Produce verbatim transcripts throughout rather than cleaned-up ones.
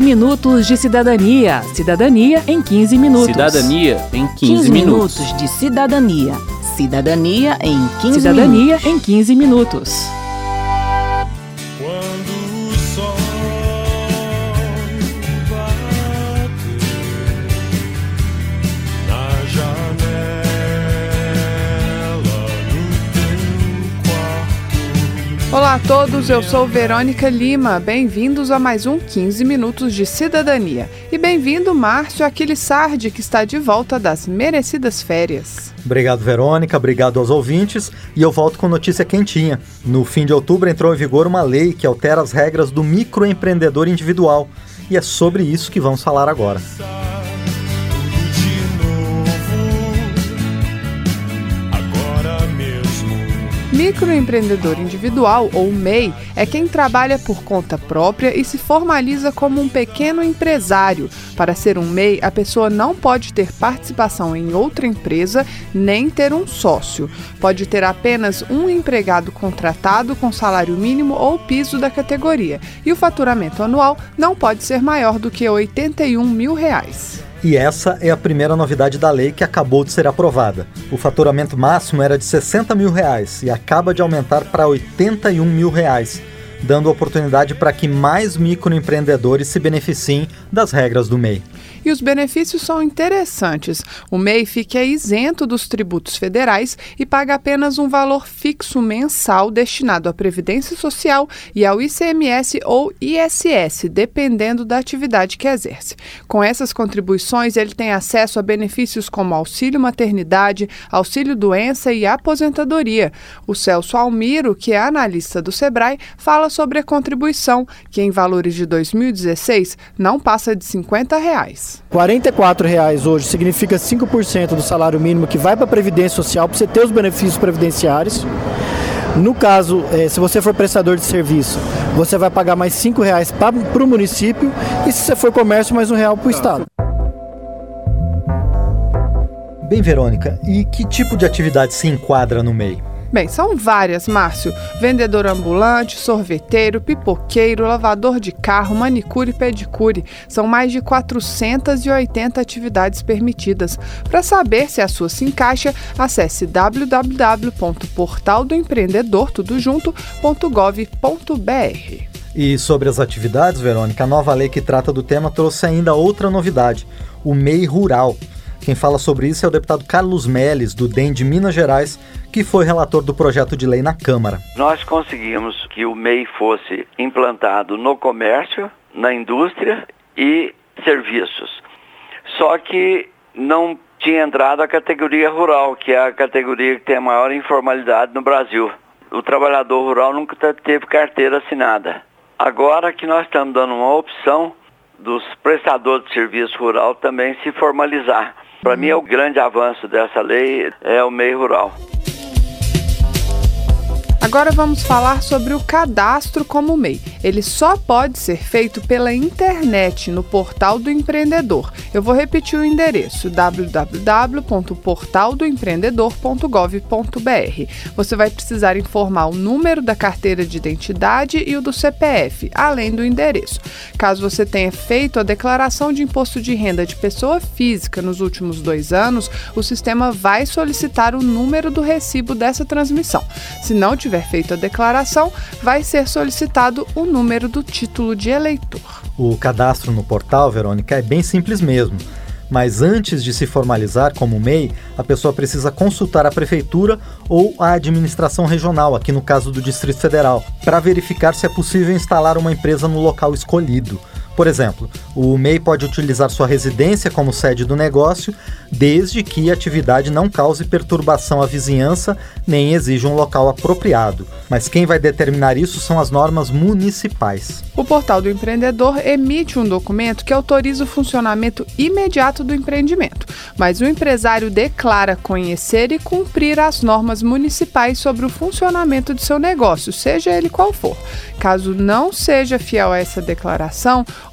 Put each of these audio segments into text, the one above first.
minutos de cidadania. Cidadania em quinze minutos. Cidadania em quinze, quinze minutos. minutos de cidadania. Cidadania em quinze Cidadania minutos. em quinze minutos. Quando o sol bate na janela do teu quarto. Olá a todos, eu sou Verônica Lima. Bem-vindos a mais um quinze minutos de cidadania. E bem-vindo Márcio Aquilissardi, que está de volta das merecidas férias. Obrigado, Verônica. Obrigado aos ouvintes. E eu volto com notícia quentinha. No fim de outubro entrou em vigor uma lei que altera as regras do microempreendedor individual. E é sobre isso que vamos falar agora. Tudo de novo, agora mesmo. Microempreendedor individual, ou M E I, é quem trabalha por conta própria e se formaliza como um pequeno empresário. Para ser um M E I, a pessoa não pode ter participação em outra empresa, nem ter um sócio. Pode ter apenas um empregado contratado com salário mínimo ou piso da categoria. E o faturamento anual não pode ser maior do que oitenta e um mil reais. E essa é a primeira novidade da lei que acabou de ser aprovada. O faturamento máximo era de sessenta mil reais e acaba de aumentar para oitenta e um mil reais, dando oportunidade para que mais microempreendedores se beneficiem das regras do M E I. E os benefícios são interessantes. O M E I fica isento dos tributos federais e paga apenas um valor fixo mensal destinado à Previdência Social e ao I C M S ou I S S, dependendo da atividade que exerce. Com essas contribuições, ele tem acesso a benefícios como auxílio maternidade, auxílio doença e aposentadoria. O Celso Almiro, que é analista do Sebrae, fala sobre a contribuição, que em valores de dois mil e dezesseis não passa de cinquenta reais. quarenta e quatro reais hoje significa cinco por cento do salário mínimo que vai para a Previdência Social para você ter os benefícios previdenciários. No caso, eh, se você for prestador de serviço, você vai pagar mais cinco reais para o município e se você for comércio, mais um real para o Estado. Bem, Verônica, e que tipo de atividade se enquadra no M E I? Bem, são várias, Márcio. Vendedor ambulante, sorveteiro, pipoqueiro, lavador de carro, manicure e pedicure. São mais de quatrocentas e oitenta atividades permitidas. Para saber se a sua se encaixa, acesse w w w ponto portal do empreendedor tudo junto ponto gov ponto b r. E sobre as atividades, Verônica, a nova lei que trata do tema trouxe ainda outra novidade, o M E I Rural. Quem fala sobre isso é o deputado Carlos Melles, do D E M de Minas Gerais, que foi relator do projeto de lei na Câmara. Nós conseguimos que o M E I fosse implantado no comércio, na indústria e serviços. Só que não tinha entrado a categoria rural, que é a categoria que tem a maior informalidade no Brasil. O trabalhador rural nunca teve carteira assinada. Agora que nós estamos dando uma opção dos prestadores de serviço rural também se formalizar. Para mim, é o grande avanço dessa lei, é o M E I Rural. Agora vamos falar sobre o cadastro como M E I. Ele só pode ser feito pela internet no portal do empreendedor. Eu vou repetir o endereço, w w w ponto portal do empreendedor ponto gov ponto b r. Você vai precisar informar o número da carteira de identidade e o do C P F, além do endereço. Caso você tenha feito a declaração de imposto de renda de pessoa física nos últimos dois anos, o sistema vai solicitar o número do recibo dessa transmissão. Se não tiver feito a declaração, vai ser solicitado o número do título de eleitor. O cadastro no portal, Verônica, é bem simples mesmo. Mas antes de se formalizar como M E I, a pessoa precisa consultar a prefeitura ou a administração regional, aqui no caso do Distrito Federal, para verificar se é possível instalar uma empresa no local escolhido. Por exemplo, o M E I pode utilizar sua residência como sede do negócio, desde que a atividade não cause perturbação à vizinhança nem exija um local apropriado. Mas quem vai determinar isso são as normas municipais. O Portal do Empreendedor emite um documento que autoriza o funcionamento imediato do empreendimento, mas o empresário declara conhecer e cumprir as normas municipais sobre o funcionamento de seu negócio, seja ele qual for. Caso não seja fiel a essa declaração,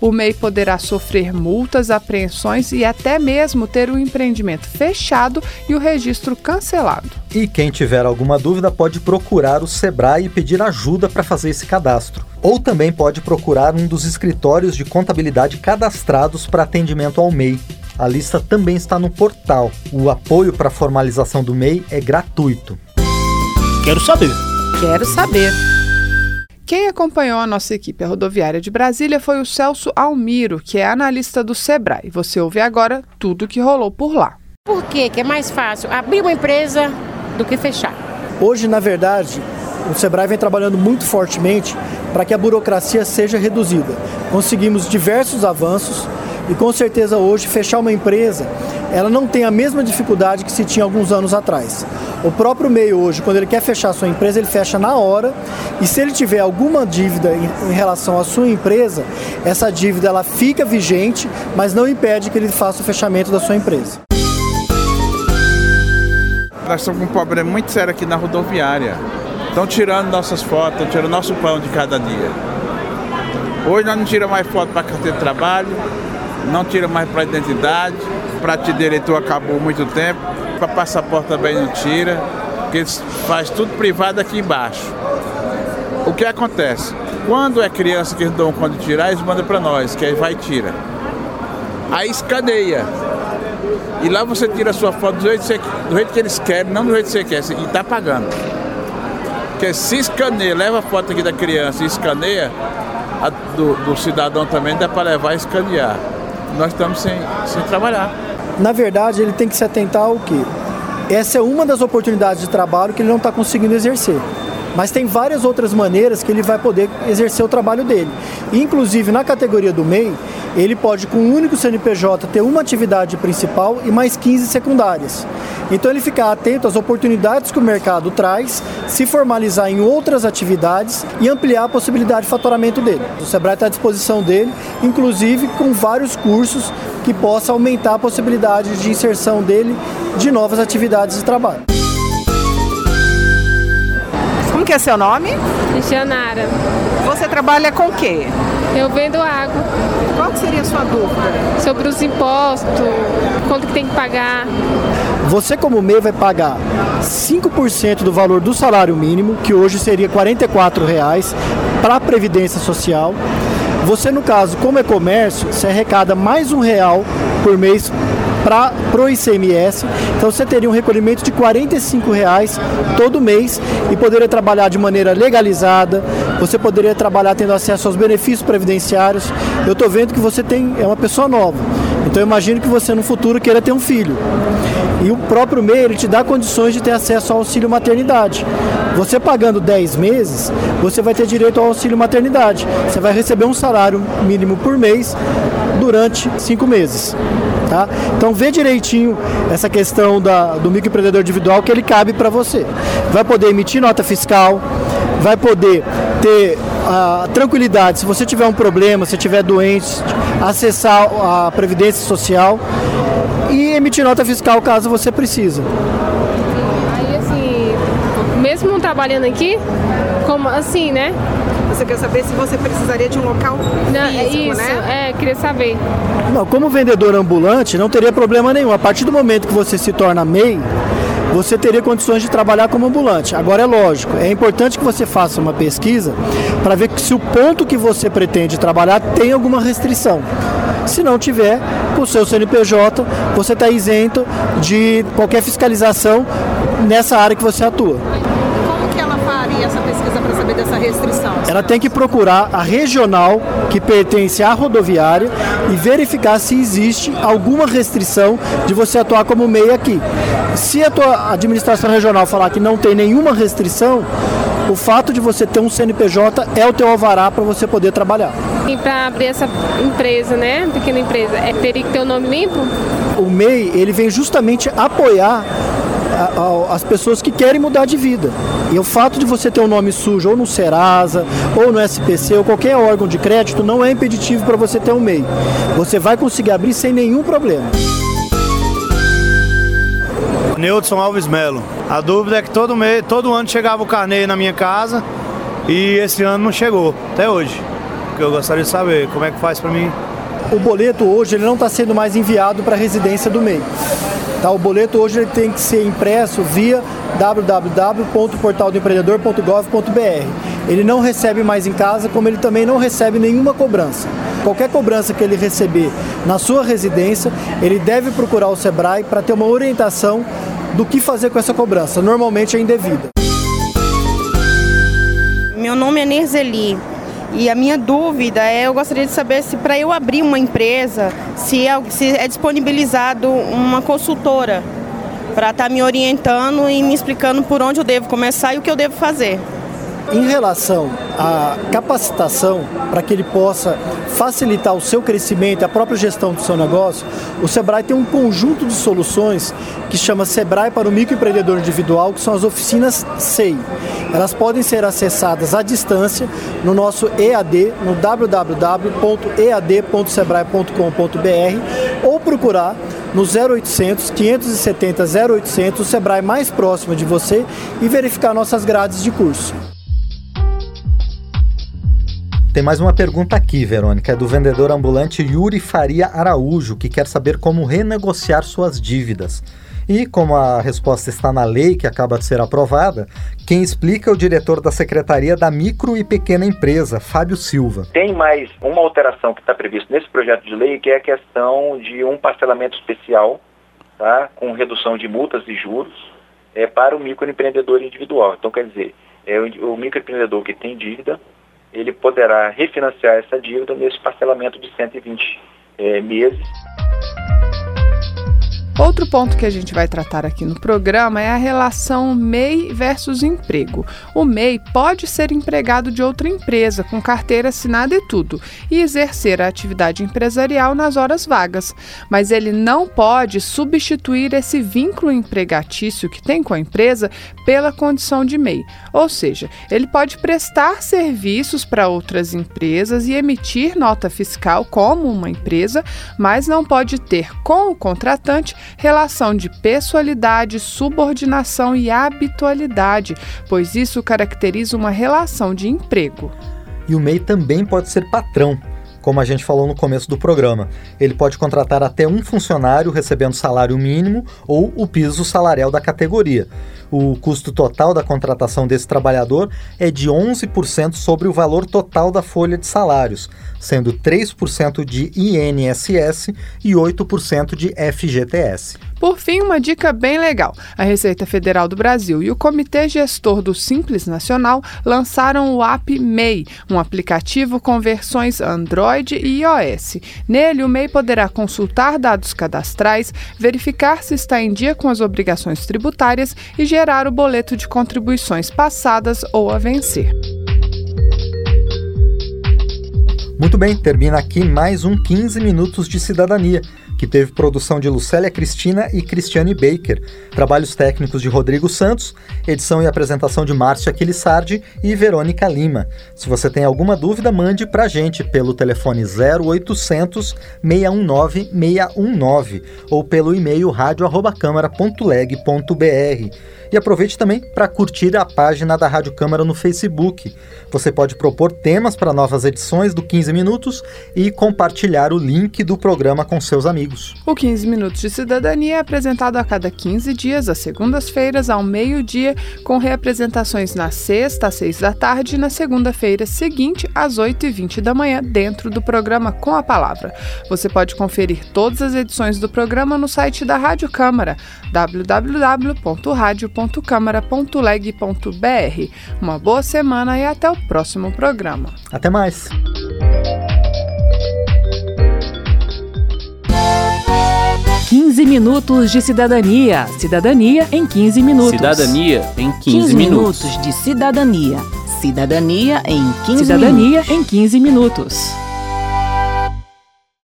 O M E I poderá sofrer multas, apreensões e até mesmo ter o empreendimento fechado e o registro cancelado. E quem tiver alguma dúvida pode procurar o Sebrae e pedir ajuda para fazer esse cadastro. Ou também pode procurar um dos escritórios de contabilidade cadastrados para atendimento ao M E I. A lista também está no portal. O apoio para a formalização do M E I é gratuito. Quero saber. Quero saber. Quem acompanhou a nossa equipe rodoviária de Brasília foi o Celso Almiro, que é analista do Sebrae. Você ouve agora tudo o que rolou por lá. Por quê? Que é mais fácil abrir uma empresa do que fechar. Hoje, na verdade, o Sebrae vem trabalhando muito fortemente para que a burocracia seja reduzida. Conseguimos diversos avanços e, com certeza, hoje, fechar uma empresa, ela não tem a mesma dificuldade que se tinha alguns anos atrás. O próprio M E I hoje, quando ele quer fechar a sua empresa, ele fecha na hora, e se ele tiver alguma dívida em, em relação à sua empresa, essa dívida ela fica vigente, mas não impede que ele faça o fechamento da sua empresa. Nós estamos com um problema muito sério aqui na rodoviária. Estão tirando nossas fotos, estão tirando nosso pão de cada dia. Hoje nós não tiramos mais foto para carteira de trabalho, não tira mais para identidade, para te de eleitor acabou há muito tempo, para passaporte também não tira, porque eles fazem tudo privado aqui embaixo. O que acontece? Quando é criança que eles dão conta de tirar, eles mandam para nós, que aí vai e tira. Aí escaneia. E lá você tira a sua foto do jeito que, você, do jeito que eles querem, não do jeito que você quer, e está pagando. Porque se escaneia, leva a foto aqui da criança e escaneia, a do, do cidadão também dá para levar e escanear. Nós estamos sem, sem trabalhar. Na verdade, ele tem que se atentar ao quê? Essa é uma das oportunidades de trabalho que ele não está conseguindo exercer. Mas tem várias outras maneiras que ele vai poder exercer o trabalho dele. Inclusive, na categoria do M E I, ele pode, com um único C N P J, ter uma atividade principal e mais quinze secundárias. Então, ele ficar atento às oportunidades que o mercado traz, se formalizar em outras atividades e ampliar a possibilidade de faturamento dele. O Sebrae está à disposição dele, inclusive com vários cursos que possam aumentar a possibilidade de inserção dele de novas atividades de trabalho. Como que é seu nome? Cristianara. Você trabalha com o quê? Eu vendo água. Qual que seria a sua dúvida? Sobre os impostos, quanto que tem que pagar. Você, como M E I, vai pagar cinco por cento do valor do salário mínimo, que hoje seria quarenta e quatro reais, para a Previdência Social. Você, no caso, como é comércio, você arrecada mais um real por mês para o I C M S, então você teria um recolhimento de quarenta e cinco reais todo mês e poderia trabalhar de maneira legalizada, você poderia trabalhar tendo acesso aos benefícios previdenciários. Eu estou vendo que você tem, é uma pessoa nova, então eu imagino que você no futuro queira ter um filho. E o próprio M E I, ele te dá condições de ter acesso ao auxílio maternidade. Você pagando dez meses, você vai ter direito ao auxílio maternidade. Você vai receber um salário mínimo por mês durante cinco meses. Tá? Então vê direitinho essa questão da, do microempreendedor individual, que ele cabe para você. Vai poder emitir nota fiscal, vai poder ter a tranquilidade, se você tiver um problema, se estiver doente, acessar a Previdência Social e emitir nota fiscal caso você precise. Aí assim, mesmo trabalhando aqui, como assim, né? Você quer saber se você precisaria de um local Não, físico, isso, né? é, queria saber. Não, como vendedor ambulante, não teria problema nenhum. A partir do momento que você se torna M E I, você teria condições de trabalhar como ambulante. Agora, é lógico, é importante que você faça uma pesquisa para ver se o ponto que você pretende trabalhar tem alguma restrição. Se não tiver, com o seu C N P J, você está isento de qualquer fiscalização nessa área que você atua. Como que ela faria essa pesquisa para saber dessa restrição? Ela tem que procurar a regional que pertence à rodoviária e verificar se existe alguma restrição de você atuar como M E I aqui. Se a tua administração regional falar que não tem nenhuma restrição, o fato de você ter um C N P J é o teu alvará para você poder trabalhar. E para abrir essa empresa, né, pequena empresa, é, teria que ter o nome limpo? O M E I, ele vem justamente apoiar a, a, as pessoas que querem mudar de vida. E o fato de você ter um nome sujo ou no Serasa, ou no S P C, ou qualquer órgão de crédito, não é impeditivo para você ter um M E I. Você vai conseguir abrir sem nenhum problema. Neudson Alves Melo. A dúvida é que todo, mês, todo ano chegava o carnê na minha casa e esse ano não chegou, até hoje. eu gostaria de saber como é que faz para mim. O boleto hoje ele não está sendo mais enviado para a residência do M E I. Tá? O boleto hoje ele tem que ser impresso via w w w ponto portal do empreendedor ponto gov ponto b r. Ele não recebe mais em casa, como ele também não recebe nenhuma cobrança. Qualquer cobrança que ele receber na sua residência, ele deve procurar o Sebrae para ter uma orientação do que fazer com essa cobrança. Normalmente é indevida. Meu nome é Nerzeli. E a minha dúvida é, eu gostaria de saber se para eu abrir uma empresa, se é, se é disponibilizado uma consultora para estar me orientando e me explicando por onde eu devo começar e o que eu devo fazer. Em relação à capacitação, para que ele possa facilitar o seu crescimento e a própria gestão do seu negócio, o Sebrae tem um conjunto de soluções que chama Sebrae para o microempreendedor individual, que são as oficinas S E I. Elas podem ser acessadas à distância no nosso E A D, no w w w ponto e a d ponto sebrae ponto com ponto b r ou procurar no zero oitocentos, quinhentos e setenta, zero oitocentos, o Sebrae mais próximo de você e verificar nossas grades de curso. Tem mais uma pergunta aqui, Verônica, é do vendedor ambulante Yuri Faria Araújo, que quer saber como renegociar suas dívidas. E, como a resposta está na lei que acaba de ser aprovada, quem explica é o diretor da Secretaria da Micro e Pequena Empresa, Fábio Silva. Tem mais uma alteração que está prevista nesse projeto de lei, que é a questão de um parcelamento especial, tá, com redução de multas e juros, é, para o microempreendedor individual. Então, quer dizer, é, o, o microempreendedor que tem dívida, ele poderá refinanciar essa dívida nesse parcelamento de cento e vinte é, meses. Outro ponto que a gente vai tratar aqui no programa é a relação M E I versus emprego. O M E I pode ser empregado de outra empresa, com carteira assinada e tudo, e exercer a atividade empresarial nas horas vagas, mas ele não pode substituir esse vínculo empregatício que tem com a empresa pela condição de M E I. Ou seja, ele pode prestar serviços para outras empresas e emitir nota fiscal como uma empresa, mas não pode ter com o contratante relação de pessoalidade, subordinação e habitualidade, pois isso caracteriza uma relação de emprego. E o M E I também pode ser patrão, como a gente falou no começo do programa. Ele pode contratar até um funcionário recebendo salário mínimo ou o piso salarial da categoria. O custo total da contratação desse trabalhador é de onze por cento sobre o valor total da folha de salários, sendo três por cento de I N S S e oito por cento de F G T S. Por fim, uma dica bem legal. A Receita Federal do Brasil e o Comitê Gestor do Simples Nacional lançaram o app M E I, um aplicativo com versões Android e iOS. Nele, o M E I poderá consultar dados cadastrais, verificar se está em dia com as obrigações tributárias e gerar o boleto de contribuições passadas ou a vencer. Muito bem, termina aqui mais um quinze Minutos de Cidadania, que teve produção de Lucélia Cristina e Cristiane Baker, trabalhos técnicos de Rodrigo Santos, edição e apresentação de Márcia Aquilissardi e Verônica Lima. Se você tem alguma dúvida, mande pra gente pelo telefone zero oitocentos, seis um nove, seis um nove ou pelo e-mail rádio arroba câmara ponto leg ponto b r. E aproveite também para curtir a página da Rádio Câmara no Facebook. Você pode propor temas para novas edições do quinze Minutos e compartilhar o link do programa com seus amigos. O quinze Minutos de Cidadania é apresentado a cada quinze dias, às segundas-feiras, ao meio-dia, com reapresentações na sexta, às seis da tarde, e na segunda-feira seguinte, às oito e vinte da manhã, dentro do programa Com a Palavra. Você pode conferir todas as edições do programa no site da Rádio Câmara, w w w ponto radio ponto câmara ponto leg ponto b r. Uma boa semana e até o próximo programa. Até mais! quinze Minutos de Cidadania. Cidadania em quinze minutos. Cidadania em quinze, quinze minutos. minutos de cidadania. Cidadania em quinze Cidadania minutos. em quinze minutos.